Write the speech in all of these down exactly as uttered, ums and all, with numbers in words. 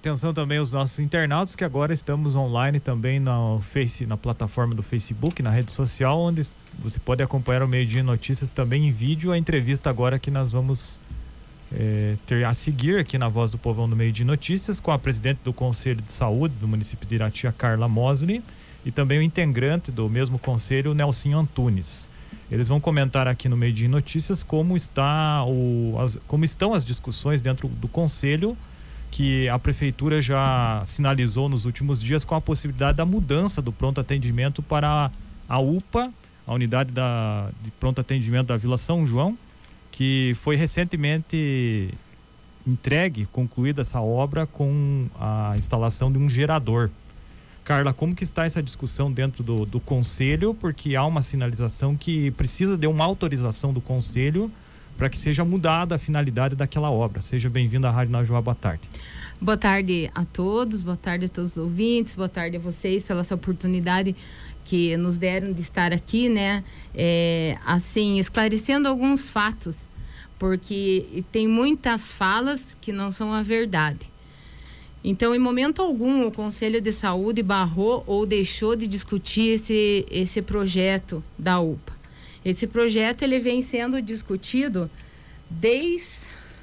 atenção também os nossos internautas que agora estamos online também no Face, na plataforma do Facebook, na rede social, onde você pode acompanhar o Meio Dia Notícias também em vídeo, a entrevista agora que nós vamos é, ter a seguir aqui na Voz do Povão do Meio Dia Notícias com a presidente do Conselho de Saúde do município de Irati, a Carla Mosley, e também o integrante do mesmo conselho, o Nelsinho Antunes. Eles vão comentar aqui no Meio Dia Notícias como, está o, as, como estão as discussões dentro do conselho, que a prefeitura já sinalizou nos últimos dias com a possibilidade da mudança do pronto atendimento para a U P A, a unidade da, de pronto atendimento da Vila São João, que foi recentemente entregue, concluída essa obra com a instalação de um gerador. Carla, como que está essa discussão dentro do, do conselho? Porque há uma sinalização que precisa de uma autorização do conselho para que seja mudada a finalidade daquela obra. Seja bem-vindo à Rádio Najuá, boa tarde. Boa tarde a todos, boa tarde a todos os ouvintes, boa tarde a vocês pela essa oportunidade que nos deram de estar aqui, né? É, assim, esclarecendo alguns fatos, porque tem muitas falas que não são a verdade. Então, em momento algum, o Conselho de Saúde barrou ou deixou de discutir esse, esse projeto da U P A. Esse projeto ele vem sendo discutido desde,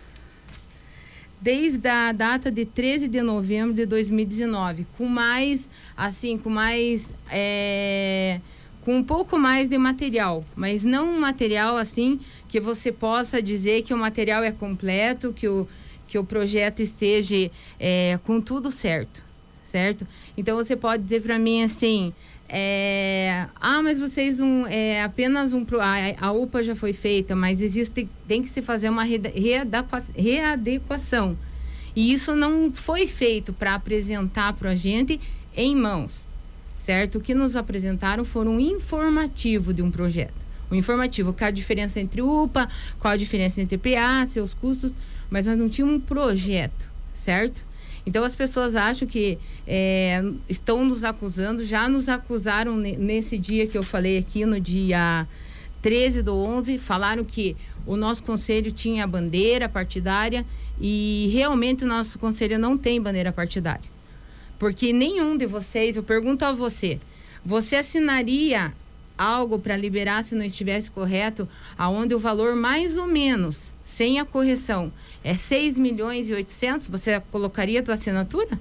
desde a data de treze de novembro de dois mil e dezenove, com mais, assim, com mais, é, com um pouco mais de material, mas não um material assim que você possa dizer que o material é completo, que o que o projeto esteja é, com tudo certo, certo? Então você pode dizer para mim assim, é, ah, mas vocês um, é, apenas um, a, a U P A já foi feita, mas existe, tem que se fazer uma readequação, e isso não foi feito para apresentar para a gente em mãos, certo? O que nos apresentaram foi um informativo de um projeto, um informativo, qual a diferença entre U P A, qual a diferença entre P A, seus custos, mas nós não tínhamos um projeto, certo? Então as pessoas acham que é, estão nos acusando, já nos acusaram ne, nesse dia que eu falei aqui, no dia treze do onze, falaram que o nosso conselho tinha bandeira partidária e realmente o nosso conselho não tem bandeira partidária. Porque nenhum de vocês, eu pergunto a você, você assinaria algo para liberar se não estivesse correto, aonde o valor mais ou menos, sem a correção, é seis milhões e oitocentos, você colocaria a tua assinatura?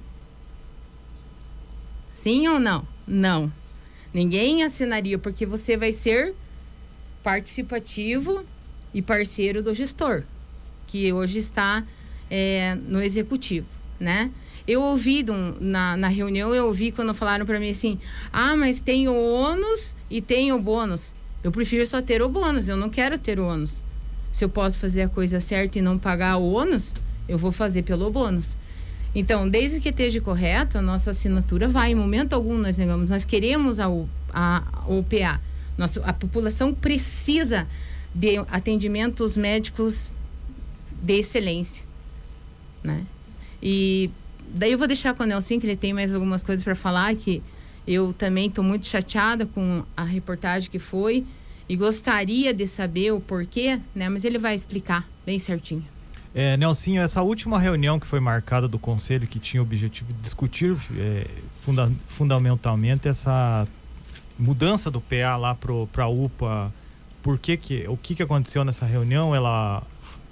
Sim ou não? Não. Ninguém assinaria, porque você vai ser participativo e parceiro do gestor, que hoje está é, no executivo, né? Eu ouvi um, na, na reunião, eu ouvi quando falaram para mim assim, ah, mas tem o ônus e tem o bônus. Eu prefiro só ter o bônus, eu não quero ter o ônus. Se eu posso fazer a coisa certa e não pagar o ônus, eu vou fazer pelo bônus. Então, desde que esteja correto, a nossa assinatura vai. Em momento algum nós negamos. Nós queremos a, a, a O P A. Nossa, a população precisa de atendimentos médicos de excelência, né? E daí eu vou deixar com o Nelson, que ele tem mais algumas coisas para falar, que eu também estou muito chateada com a reportagem que foi. E gostaria de saber o porquê, né? Mas ele vai explicar bem certinho. É, Nelsinho, essa última reunião que foi marcada do Conselho, que tinha o objetivo de discutir é, funda fundamentalmente essa mudança do P A lá para a U P A, por que que, o que que aconteceu nessa reunião? Ela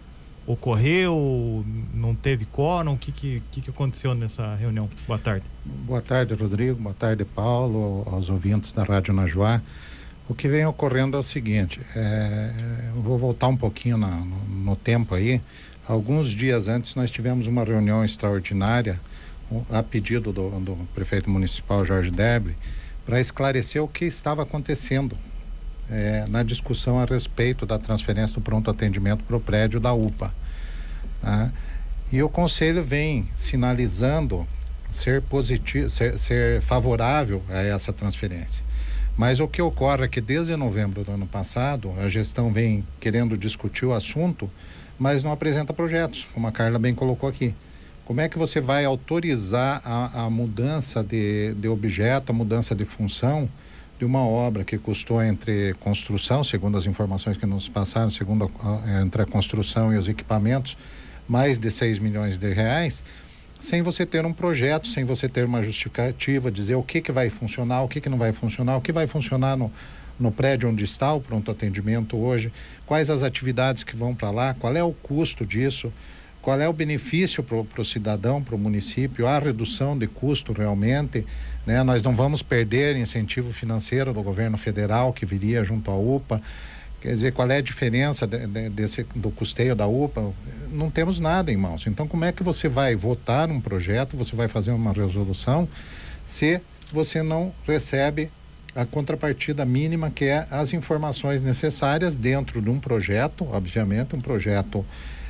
ocorreu? Não teve quórum? O que que, que que aconteceu nessa reunião? Boa tarde. Boa tarde, Rodrigo. Boa tarde, Paulo, aos ouvintes da Rádio Najuá. O que vem ocorrendo é o seguinte, é, eu vou voltar um pouquinho na, no, no tempo aí. Alguns dias antes nós tivemos uma reunião extraordinária, um, a pedido do, do prefeito municipal Jorge Debre, para esclarecer o que estava acontecendo é, na discussão a respeito da transferência do pronto atendimento para o prédio da U P A. Tá? E o conselho vem sinalizando ser positivo, ser, ser favorável a essa transferência. Mas o que ocorre é que desde novembro do ano passado, a gestão vem querendo discutir o assunto, mas não apresenta projetos, como a Carla bem colocou aqui. Como é que você vai autorizar a, a mudança de, de objeto, a mudança de função de uma obra que custou entre construção, segundo as informações que nos passaram, segundo a, entre a construção e os equipamentos, mais de seis milhões de reais, sem você ter um projeto, sem você ter uma justificativa, dizer o que que vai funcionar, o que que não vai funcionar, o que vai funcionar no, no prédio onde está o pronto atendimento hoje, quais as atividades que vão para lá, qual é o custo disso, qual é o benefício para o cidadão, para o município, a redução de custo realmente, né? Nós não vamos perder incentivo financeiro do governo federal que viria junto à U P A. Quer dizer, qual é a diferença de, de, desse, do custeio da U P A? Não temos nada em mãos. Então, como é que você vai votar um projeto, você vai fazer uma resolução, se você não recebe a contrapartida mínima, que é as informações necessárias dentro de um projeto, obviamente, um projeto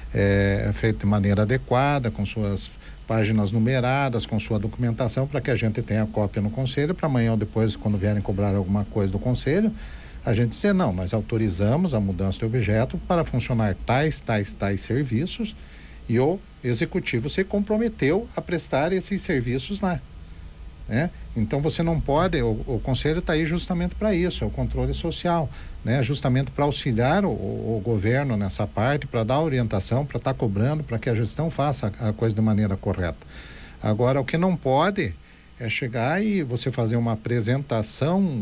é, feito de maneira adequada, com suas páginas numeradas, com sua documentação, para que a gente tenha cópia no conselho, para amanhã ou depois, quando vierem cobrar alguma coisa do conselho, a gente dizer, não, nós autorizamos a mudança de objeto para funcionar tais, tais, tais serviços, e o executivo se comprometeu a prestar esses serviços lá, né? Então você não pode, o, o conselho está aí justamente para isso, é o controle social, né? Justamente para auxiliar o, o governo nessa parte, para dar orientação, para estar tá cobrando, para que a gestão faça a, a coisa de maneira correta. Agora, o que não pode é chegar e você fazer uma apresentação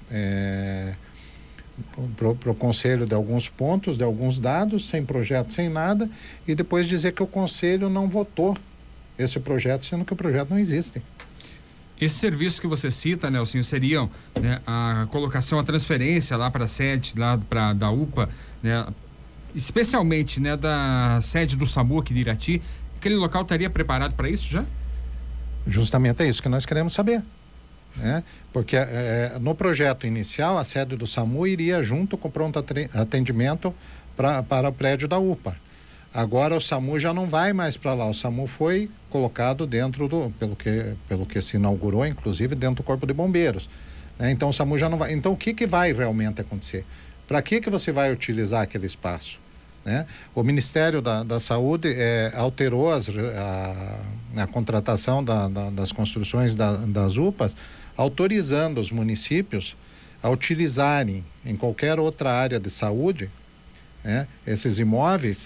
é, para o conselho de alguns pontos, de alguns dados, sem projeto, sem nada, e depois dizer que o conselho não votou esse projeto, sendo que o projeto não existe. Esses serviços que você cita, Nelson, seriam, né, a colocação, a transferência lá para a sede lá pra, da U P A, né, especialmente, né, da sede do SAMU aqui de Irati. Aquele local estaria preparado para isso já? Justamente é isso que nós queremos saber, né? Porque é, no projeto inicial a sede do SAMU iria junto com o pronto atendimento pra, para o prédio da U P A. Agora o SAMU já não vai mais para lá, o SAMU foi colocado dentro do, pelo que, pelo que se inaugurou, inclusive dentro do Corpo de Bombeiros, né? Então o SAMU já não vai. Então o que que vai realmente acontecer? Para que que você vai utilizar aquele espaço, né? O Ministério da, da Saúde é, alterou as, a, a contratação da, da, das construções da, das U P As, autorizando os municípios a utilizarem em qualquer outra área de saúde, né, esses imóveis,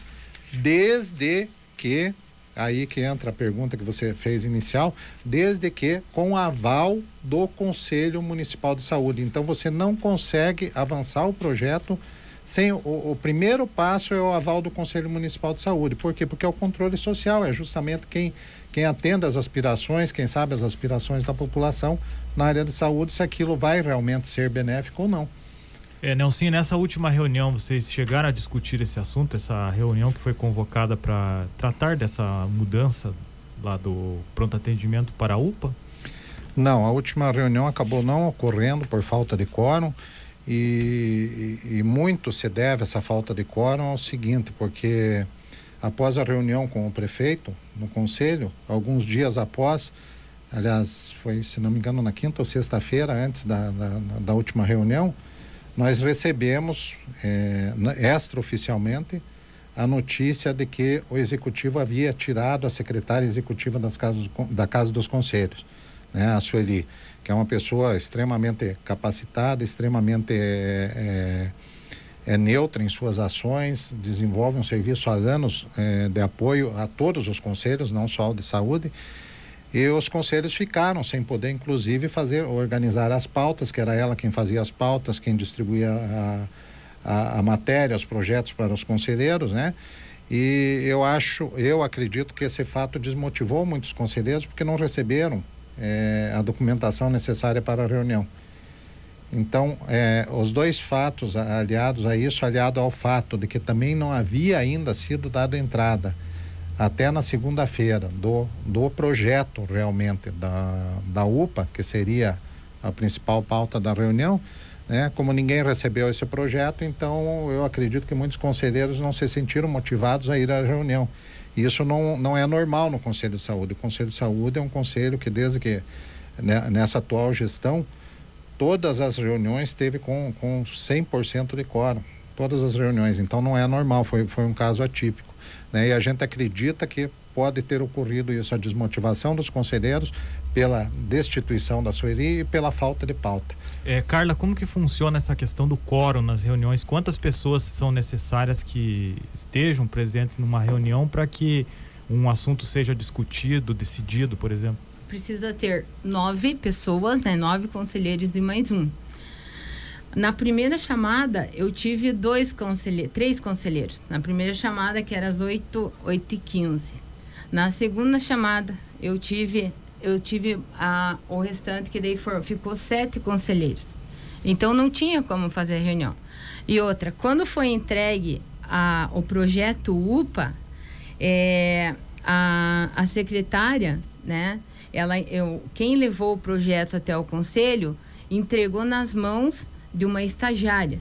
desde que, aí que entra a pergunta que você fez inicial, desde que com aval do Conselho Municipal de Saúde. Então você não consegue avançar o projeto sem o, o primeiro passo é o aval do Conselho Municipal de Saúde. Por quê? Porque é o controle social, é justamente quem, quem atende às aspirações, quem sabe as aspirações da população na área de saúde, se aquilo vai realmente ser benéfico ou não. É, Nelson, nessa última reunião vocês chegaram a discutir esse assunto, essa reunião que foi convocada para tratar dessa mudança lá do pronto atendimento para a U P A? Não, a última reunião acabou não ocorrendo por falta de quórum e, e, e muito se deve essa falta de quórum ao seguinte, porque após a reunião com o prefeito no conselho, alguns dias após, aliás, foi, se não me engano, na quinta ou sexta-feira, antes da, da, da última reunião, nós recebemos, é, extraoficialmente, a notícia de que o executivo havia tirado a secretária executiva das casas, da Casa dos Conselhos, né, a Sueli, que é uma pessoa extremamente capacitada, extremamente é, é, é neutra em suas ações, desenvolve um serviço há anos é, de apoio a todos os conselhos, não só o de saúde. E os conselhos ficaram sem poder, inclusive, fazer, organizar as pautas, que era ela quem fazia as pautas, quem distribuía a, a, a matéria, os projetos para os conselheiros, né? E eu acho, eu acredito que esse fato desmotivou muitos conselheiros, porque não receberam é, a documentação necessária para a reunião. Então, é, os dois fatos aliados a isso, aliado ao fato de que também não havia ainda sido dada entrada até na segunda-feira do, do projeto realmente da, da U P A, que seria a principal pauta da reunião, né? Como ninguém recebeu esse projeto, então eu acredito que muitos conselheiros não se sentiram motivados a ir à reunião. E isso não, não é normal no Conselho de Saúde. O Conselho de Saúde é um conselho que desde que, né, nessa atual gestão, todas as reuniões teve com, com cem por cento de quórum, todas as reuniões, então não é normal, foi, foi um caso atípico. Né? E a gente acredita que pode ter ocorrido isso, a desmotivação dos conselheiros pela destituição da Sueli e pela falta de pauta. É, Carla, como que funciona essa questão do quórum nas reuniões? Quantas pessoas são necessárias que estejam presentes numa reunião para que um assunto seja discutido, decidido, por exemplo? Precisa ter nove pessoas, né? Nove conselheiros e mais um. Na primeira chamada, eu tive dois conselheiros, três conselheiros. Na primeira chamada, que era às oito, oito e quinze. Na segunda chamada, eu tive, eu tive a, o restante, que daí for, ficou sete conselheiros. Então, não tinha como fazer a reunião. E outra, quando foi entregue a, o projeto U P A, é, a, a secretária, né? Ela, eu, quem levou o projeto até o conselho, entregou nas mãos de uma estagiária.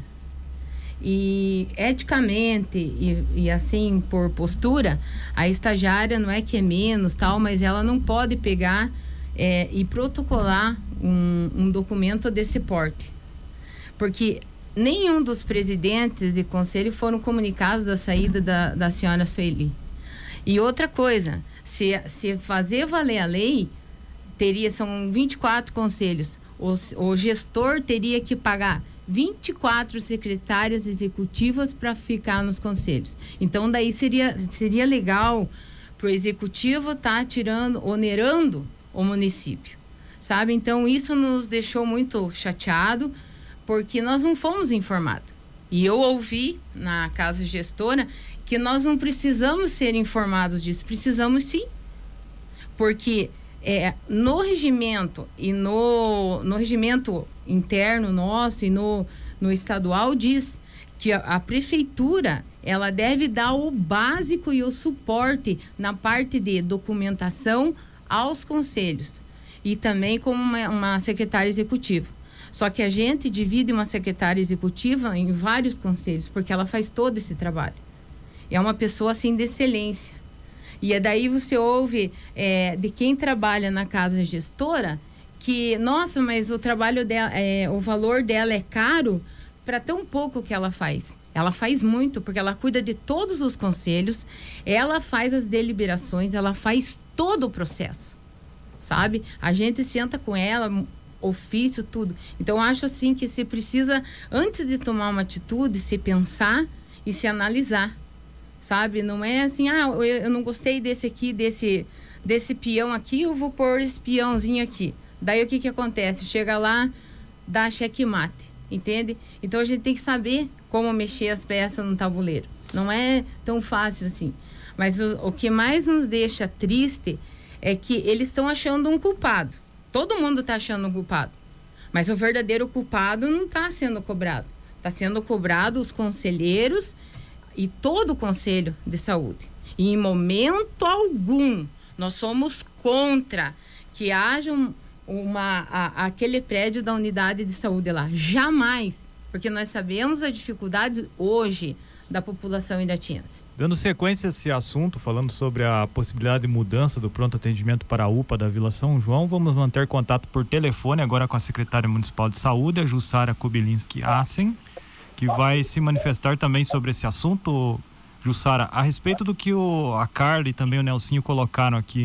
E eticamente e, e assim por postura, a estagiária não é que é menos tal, mas ela não pode pegar é, e protocolar um, um documento desse porte, porque nenhum dos presidentes de conselho foram comunicados da saída da, da senhora Sueli. E outra coisa, se, se fazer valer a lei, teria, são vinte e quatro conselhos. O, o gestor teria que pagar vinte e quatro secretárias executivas para ficar nos conselhos. Então, daí seria, seria legal para o executivo estar tá tirando, onerando o município, sabe? Então, isso nos deixou muito chateado, porque nós não fomos informados. E eu ouvi na casa gestora que nós não precisamos ser informados disso, precisamos sim, porque É, no regimento e no, no regimento interno nosso e no, no estadual diz que a, a prefeitura ela deve dar o básico e o suporte na parte de documentação aos conselhos e também como uma, uma secretária executiva. Só que a gente divide uma secretária executiva em vários conselhos, porque ela faz todo esse trabalho. É uma pessoa assim de excelência. E é daí você ouve é, de quem trabalha na casa gestora que, nossa, mas o trabalho dela, é, o valor dela é caro para tão pouco que ela faz. Ela faz muito, porque ela cuida de todos os conselhos, ela faz as deliberações, ela faz todo o processo, sabe? A gente senta com ela, ofício, tudo. Então, acho assim que se precisa, antes de tomar uma atitude, se pensar e se analisar. Sabe? Não é assim, ah, eu, eu não gostei desse aqui, desse, desse peão aqui, eu vou pôr esse peãozinho aqui. Daí o que que acontece? Chega lá, dá checkmate, entende? Então a gente tem que saber como mexer as peças no tabuleiro. Não é tão fácil assim. Mas o, o que mais nos deixa triste é que eles estão achando um culpado. Todo mundo está achando um culpado. Mas o verdadeiro culpado não está sendo cobrado. Está sendo cobrado os conselheiros e todo o Conselho de Saúde. E em momento algum nós somos contra que haja um, uma, a, aquele prédio da unidade de saúde lá. Jamais. Porque nós sabemos a dificuldade hoje da população iratiense. Dando sequência a esse assunto, falando sobre a possibilidade de mudança do pronto atendimento para a U P A da Vila São João, vamos manter contato por telefone agora com a secretária municipal de saúde, a Jussara Kubilinski-Assen, que vai se manifestar também sobre esse assunto. Jussara, a respeito do que o, a Carla e também o Nelsinho colocaram aqui,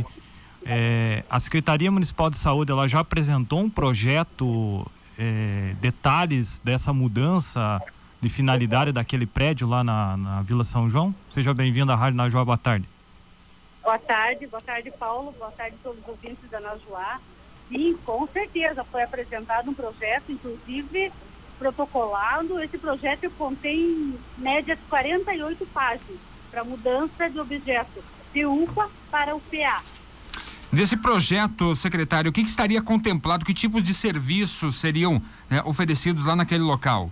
é, a Secretaria Municipal de Saúde ela já apresentou um projeto, é, detalhes dessa mudança de finalidade daquele prédio lá na, na Vila São João? Seja bem-vindo à Rádio Najuá, boa tarde. Boa tarde, boa tarde, Paulo, boa tarde a todos os ouvintes da Najuá. Sim, com certeza foi apresentado um projeto, inclusive protocolado. Esse projeto contém média de quarenta e oito páginas para mudança de objeto de U P A para U P A. Nesse projeto, secretário, o que, que estaria contemplado, que tipos de serviços seriam, né, oferecidos lá naquele local?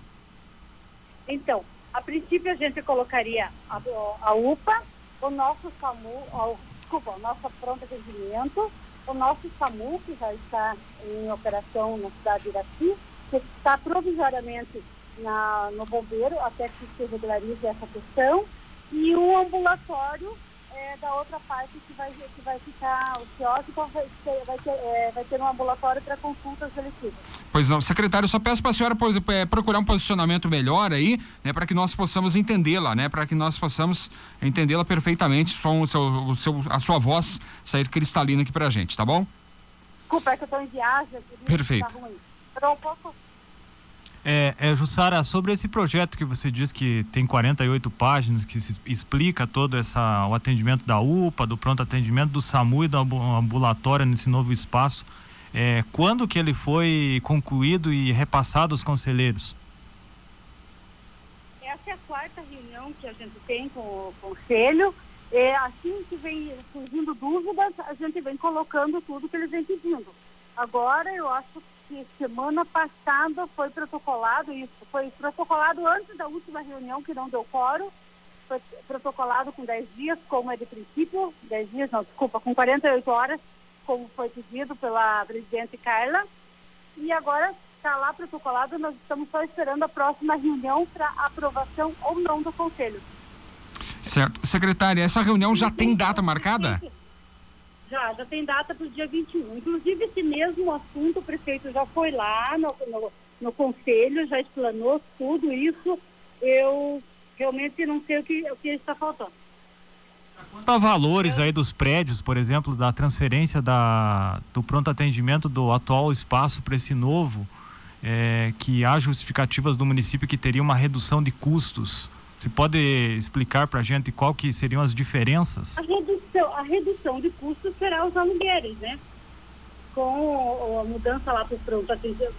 Então, a princípio a gente colocaria a, a U P A, o nosso SAMU, o, desculpa, o nosso pronto atendimento, o nosso SAMU, que já está em operação na cidade de Irati, que está provisoriamente na, no bombeiro, até que se regularize essa questão, e o ambulatório é, da outra parte que vai, que vai ficar ocioso, então vai ter, vai ter, é, vai ter um ambulatório para consultas seletivas. Pois não, secretário, só peço para a senhora pois, é, procurar um posicionamento melhor aí, né, para que nós possamos entendê-la, né, para que nós possamos entendê-la perfeitamente, só o seu, o seu, a sua voz sair cristalina aqui para a gente, tá bom? Desculpa, é que eu estou em viagem. Perfeito. Tá ruim. Eu não posso... É, é, Jussara, sobre esse projeto que você diz que tem quarenta e oito páginas, que se explica todo essa, o atendimento da U P A, do pronto atendimento, do SAMU e do ambulatório nesse novo espaço, é, quando que ele foi concluído e repassado aos conselheiros? Essa é a quarta reunião que a gente tem com o conselho. É, assim que vem surgindo dúvidas, a gente vem colocando tudo que eles vêm pedindo. Agora, eu acho que semana passada foi protocolado isso, foi protocolado antes da última reunião, que não deu quórum, foi protocolado com dez dias, como é de princípio, dez dias, não, desculpa, com quarenta e oito horas, como foi pedido pela presidente Carla, e agora está lá protocolado, nós estamos só esperando a próxima reunião para aprovação ou não do conselho. Certo. Secretária, essa reunião já tem data marcada? Já, já tem data para o dia vinte e um. Inclusive, esse mesmo assunto, o prefeito já foi lá no, no, no conselho, já explanou tudo isso. Eu realmente não sei o que, o que está faltando. Quanto a valores aí dos prédios, por exemplo, da transferência da, do pronto atendimento do atual espaço para esse novo, é, que há justificativas do município que teria uma redução de custos. Você pode explicar para a gente qual que seriam as diferenças? A redução, a redução de custos será os aluguéis, né? Com a mudança lá para o pronto atendimento,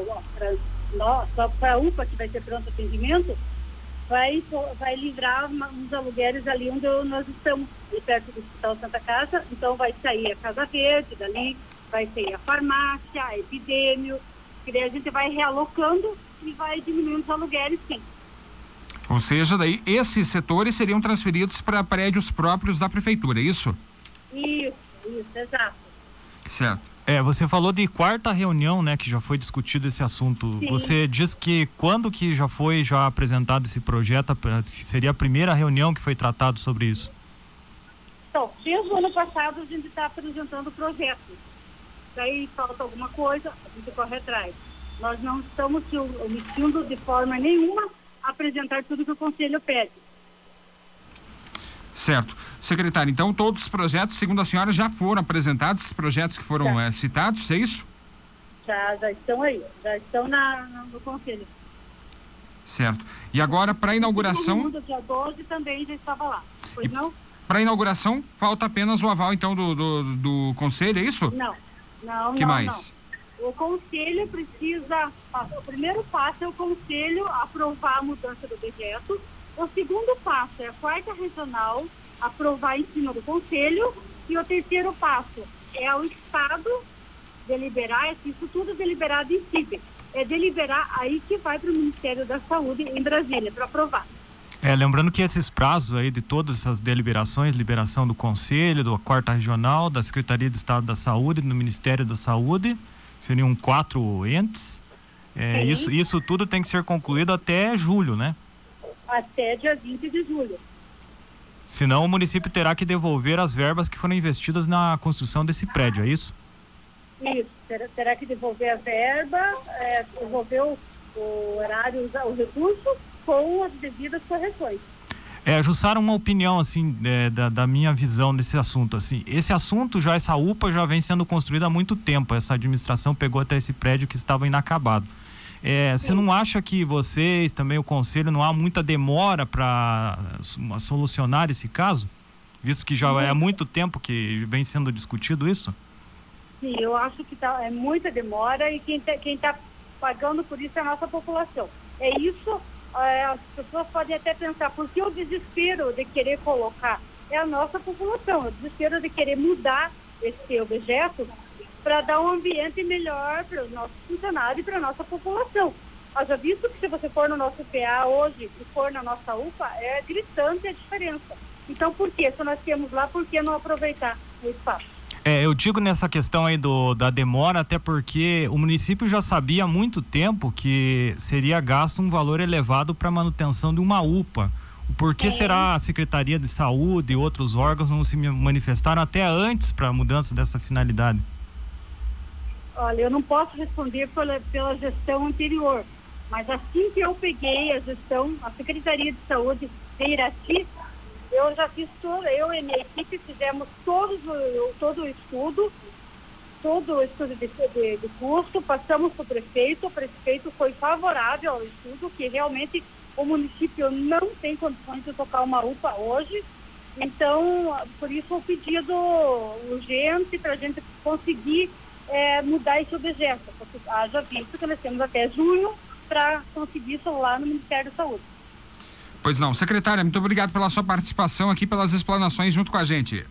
para a U P A, que vai ter pronto atendimento, vai, vai livrar uma, uns aluguéis ali onde nós estamos, ali perto do Hospital Santa Casa. Então vai sair a Casa Verde dali, vai sair a farmácia, a Epidêmio, que daí a gente vai realocando e vai diminuindo os aluguéis, sim. Ou seja, daí esses setores seriam transferidos para prédios próprios da prefeitura, é isso? Isso, isso, exato. Certo. É, você falou de quarta reunião, né, que já foi discutido esse assunto. Sim. Você diz que quando que já foi já apresentado esse projeto, que seria a primeira reunião que foi tratado sobre isso? Então, desde o ano passado a gente está apresentando o projeto. Daí falta alguma coisa, a gente corre atrás. Nós não estamos se omitindo de forma nenhuma apresentar tudo que o conselho pede. Certo. Secretário, então todos os projetos, segundo a senhora, já foram apresentados, os projetos que foram é, citados, é isso? Já, já estão aí, já estão na, no conselho. Certo. E agora, para a inauguração... O dia doze também já estava lá, pois não? Para a inauguração, falta apenas o aval, então, do, do, do conselho, é isso? Não, não, que não, mais? não. O conselho precisa, o primeiro passo é o conselho aprovar a mudança do objeto. O segundo passo é a quarta regional aprovar em cima do conselho. E o terceiro passo é o Estado deliberar, isso tudo deliberado em C I B. É deliberar aí que vai para o Ministério da Saúde em Brasília para aprovar. É, lembrando que esses prazos aí de todas essas deliberações, liberação do conselho, da quarta regional, da Secretaria de Estado da Saúde, do Ministério da Saúde, seriam quatro entes. É, isso, isso tudo tem que ser concluído até julho, né? Até dia vinte de julho. Senão o município terá que devolver as verbas que foram investidas na construção desse prédio, é isso? Isso, terá, terá que devolver a verba, é, devolver o, o horário, o recurso com as devidas correções. É, Jussara, uma opinião, assim, é, da, da minha visão desse assunto, assim, esse assunto já, essa U P A já vem sendo construída há muito tempo, essa administração pegou até esse prédio que estava inacabado. É, você não acha que vocês, também o conselho, não há muita demora para solucionar esse caso? Visto que já é há muito tempo que vem sendo discutido isso? Sim, eu acho que tá, é muita demora e quem tá, quem tá pagando por isso é a nossa população. É isso... É, as pessoas podem até pensar, por que o desespero de querer colocar? É a nossa população, o desespero de querer mudar esse objeto para dar um ambiente melhor para os nossos funcionários e para a nossa população. Haja visto que se você for no nosso P A hoje e for na nossa U P A, é gritante a diferença. Então, por que? Se nós temos lá, por que não aproveitar o espaço? É, eu digo nessa questão aí do, da demora, até porque o município já sabia há muito tempo que seria gasto um valor elevado para manutenção de uma U P A. Por que é. será a Secretaria de Saúde e outros órgãos não se manifestaram até antes para a mudança dessa finalidade? Olha, eu não posso responder pela, pela gestão anterior, mas assim que eu peguei a gestão, a Secretaria de Saúde de Irati, eu já fiz tudo, eu e minha equipe fizemos todos, todo o estudo todo o estudo de, de, de custo, passamos para o prefeito, o prefeito foi favorável ao estudo, que realmente o município não tem condições de tocar uma U P A hoje, então, por isso o pedido urgente para a gente conseguir é, mudar esse objeto, porque haja visto que nós temos até junho para conseguir isso lá no Ministério da Saúde. Pois não. Secretária, muito obrigado pela sua participação aqui, pelas explanações junto com a gente.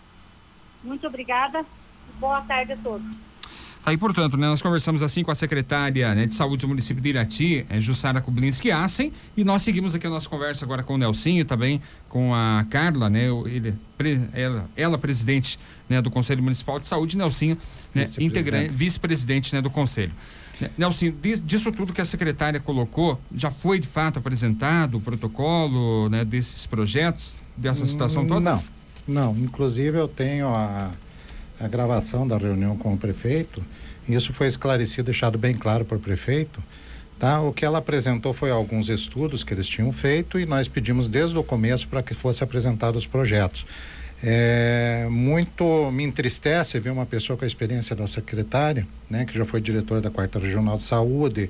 Muito obrigada. Boa tarde a todos. Tá aí, portanto, né, nós conversamos assim com a secretária, né, de saúde do município de Irati, é, Jussara Kublinski-Assen, e nós seguimos aqui a nossa conversa agora com o Nelsinho, também com a Carla, né, ele, ela, ela presidente, né, do Conselho Municipal de Saúde, Nelsinho, né, integrante, vice-presidente, né, do Conselho. Nelsinho, disso tudo que a secretária colocou, já foi de fato apresentado o protocolo, né, desses projetos, dessa situação toda? Não, não. Inclusive eu tenho a, a gravação da reunião com o prefeito. Isso foi esclarecido, deixado bem claro para o prefeito. Tá? O que ela apresentou foi alguns estudos que eles tinham feito e nós pedimos desde o começo para que fosse apresentado os projetos. É, muito me entristece ver uma pessoa com a experiência da secretária, né, que já foi diretora da Quarta Regional de Saúde,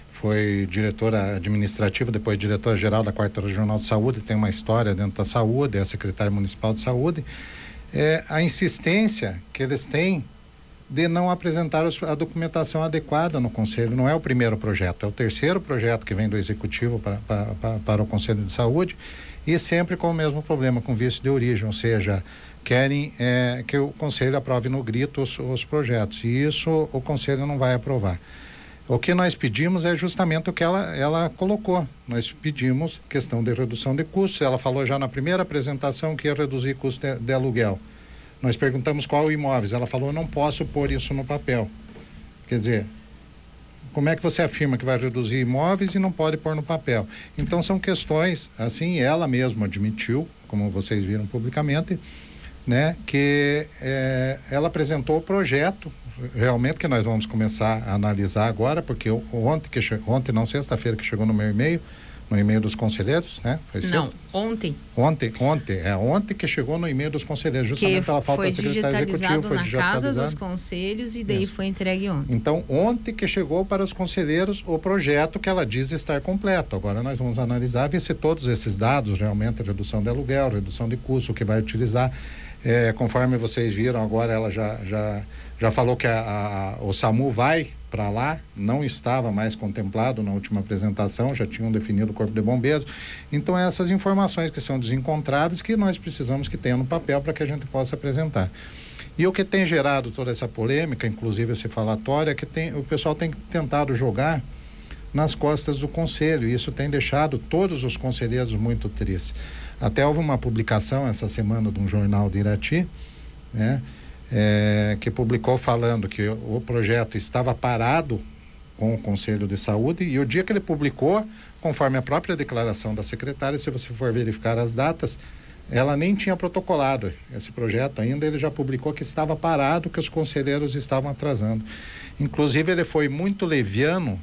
foi diretora administrativa, depois diretora geral da Quarta Regional de Saúde, tem uma história dentro da saúde, é a secretária municipal de saúde. É, a insistência que eles têm de não apresentar a documentação adequada no Conselho. Não é o primeiro projeto, é o terceiro projeto que vem do Executivo para, para, para, para o Conselho de Saúde, e sempre com o mesmo problema, com vício de origem, ou seja, querem é, que o Conselho aprove no grito os, os projetos, e isso o Conselho não vai aprovar. O que nós pedimos é justamente o que ela, ela colocou. Nós pedimos questão de redução de custos. Ela falou já na primeira apresentação que ia reduzir custo de, de aluguel. Nós perguntamos qual imóveis. Ela falou, eu não posso pôr isso no papel. Quer dizer, como é que você afirma que vai reduzir imóveis e não pode pôr no papel? Então são questões, assim, ela mesma admitiu, como vocês viram publicamente, né, que é, ela apresentou o projeto, realmente, que nós vamos começar a analisar agora, porque ontem, que che... ontem não, sexta-feira, que chegou no meu e-mail, no e-mail dos conselheiros, né? Foi não, sexta? ontem. Ontem, ontem, é ontem que chegou no e-mail dos conselheiros, justamente que pela falta da secretária executiva, foi na digitalizado casa dos conselhos e daí Isso. foi entregue ontem. Então, ontem que chegou para os conselheiros o projeto que ela diz estar completo. Agora nós vamos analisar, ver se todos esses dados, realmente, redução de aluguel, redução de custo, o que vai utilizar, é, conforme vocês viram, agora ela já, já, já falou que a, a, o SAMU vai para lá, não estava mais contemplado na última apresentação, já tinham definido o Corpo de Bombeiros. Então, essas informações que são desencontradas, que nós precisamos que tenha no papel para que a gente possa apresentar. E o que tem gerado toda essa polêmica, inclusive esse falatório, é que tem, o pessoal tem tentado jogar nas costas do Conselho, e isso tem deixado todos os conselheiros muito tristes. Até houve uma publicação essa semana de um jornal de Irati, né? É, que publicou falando que o, o projeto estava parado com o Conselho de Saúde, e o dia que ele publicou, conforme a própria declaração da secretária, se você for verificar as datas, ela nem tinha protocolado esse projeto ainda, ele já publicou que estava parado, que os conselheiros estavam atrasando. Inclusive, ele foi muito leviano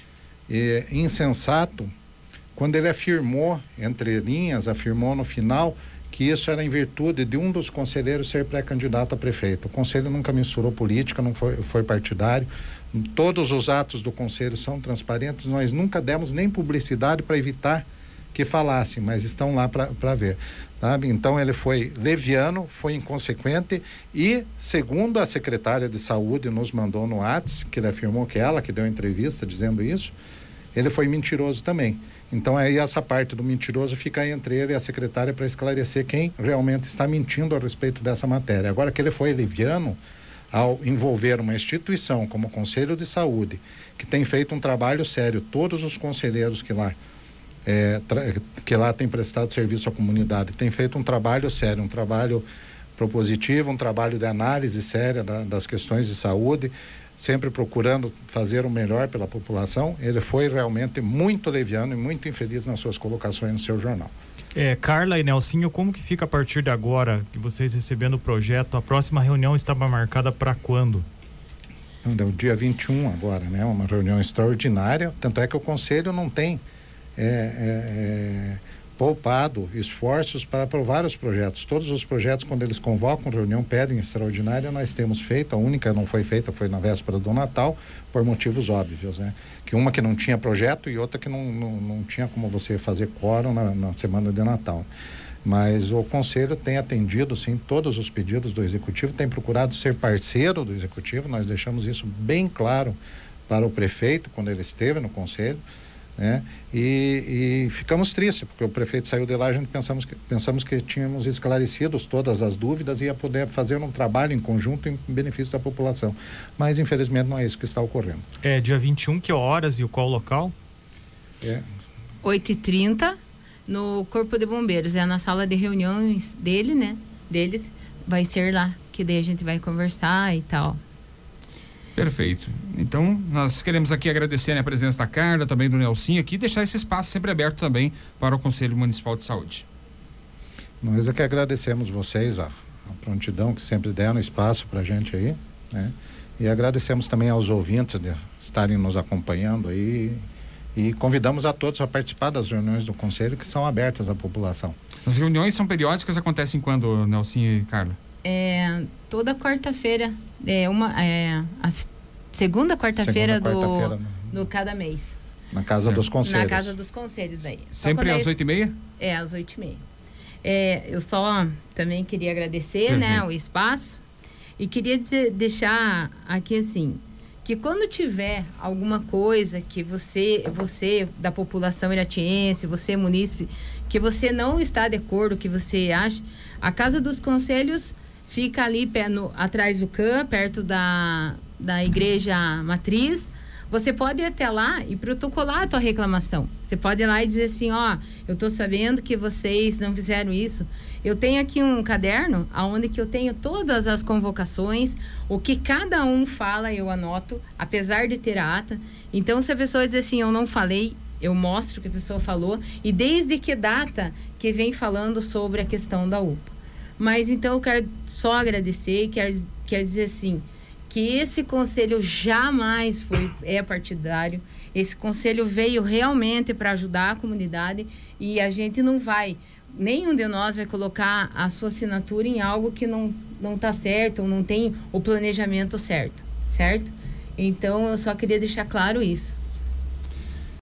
e insensato quando ele afirmou, entre linhas, afirmou no final que isso era em virtude de um dos conselheiros ser pré-candidato a prefeito. O conselho nunca misturou política, não foi, foi partidário. Todos os atos do conselho são transparentes, nós nunca demos nem publicidade para evitar que falassem, mas estão lá para ver. Sabe? Então ele foi leviano, foi inconsequente e, segundo a secretária de saúde nos mandou no WhatsApp, que ele afirmou que ela que deu entrevista dizendo isso, ele foi mentiroso também. Então aí essa parte do mentiroso fica entre ele e a secretária para esclarecer quem realmente está mentindo a respeito dessa matéria. Agora que ele foi leviano ao envolver uma instituição como o Conselho de Saúde, que tem feito um trabalho sério, todos os conselheiros que lá é, que lá têm prestado serviço à comunidade, têm feito um trabalho sério, um trabalho propositivo, um trabalho de análise séria da, das questões de saúde, sempre procurando fazer o melhor pela população. Ele foi realmente muito leviano e muito infeliz nas suas colocações no seu jornal. É, Carla e Nelsinho, como que fica a partir de agora, que vocês recebendo o projeto? A próxima reunião estava marcada para quando? É o dia vinte e um agora, né? Uma reunião extraordinária, tanto é que o Conselho não tem é, é, é, poupado esforços para aprovar os projetos. Todos os projetos, quando eles convocam reunião, pedem extraordinária, nós temos feito. A única não foi feita foi na véspera do Natal, por motivos óbvios, né? Que uma que não tinha projeto e outra que não, não, não tinha como você fazer quórum na, na semana de Natal. Mas o Conselho tem atendido, sim, todos os pedidos do Executivo, tem procurado ser parceiro do Executivo. Nós deixamos isso bem claro para o prefeito quando ele esteve no Conselho, né? E, e ficamos tristes, porque o prefeito saiu de lá, a gente pensamos que, pensamos que tínhamos esclarecido todas as dúvidas e ia poder fazer um trabalho em conjunto em benefício da população. Mas, infelizmente, não é isso que está ocorrendo. É dia vinte e um, que horas e o qual local? É. oito e trinta no Corpo de Bombeiros, é na sala de reuniões dele, né? Deles, vai ser lá, que daí a gente vai conversar e tal. Perfeito. Então, nós queremos aqui agradecer, né, a presença da Carla, também do Nelsinho aqui, e deixar esse espaço sempre aberto também para o Conselho Municipal de Saúde. Nós é que agradecemos vocês, a, a prontidão que sempre deram espaço para a gente aí, né? E agradecemos também aos ouvintes de estarem nos acompanhando aí e convidamos a todos a participar das reuniões do Conselho, que são abertas à população. As reuniões são periódicas, acontecem quando, Nelsinho e Carla? É, toda quarta-feira, é uma, é, a segunda quarta-feira do, quarta-feira, do cada mês. Na Casa Certo. dos Conselhos. Na Casa dos Conselhos daí. Só Sempre quando às é- oito e meia? É, às oito e meia. É, eu só também queria agradecer, Perfeito. né, o espaço e queria dizer, deixar aqui assim, que quando tiver alguma coisa que você, você da população iratiense, você munícipe, que você não está de acordo, que você acha, a Casa dos Conselhos fica ali pé no, atrás do C A M, perto da, da igreja matriz. Você pode ir até lá e protocolar a tua reclamação. Você pode ir lá e dizer assim, ó, eu tô sabendo que vocês não fizeram isso. Eu tenho aqui um caderno onde que eu tenho todas as convocações, o que cada um fala, eu anoto, apesar de ter a ata. Então, se a pessoa diz assim, eu não falei, eu mostro o que a pessoa falou e desde que data que vem falando sobre a questão da U P A. Mas, então, eu quero só agradecer e quero, quero dizer assim, que esse conselho jamais foi, é partidário. Esse conselho veio realmente para ajudar a comunidade e a gente não vai, nenhum de nós vai colocar a sua assinatura em algo que não não está certo ou não tem o planejamento certo, certo? Então, eu só queria deixar claro isso.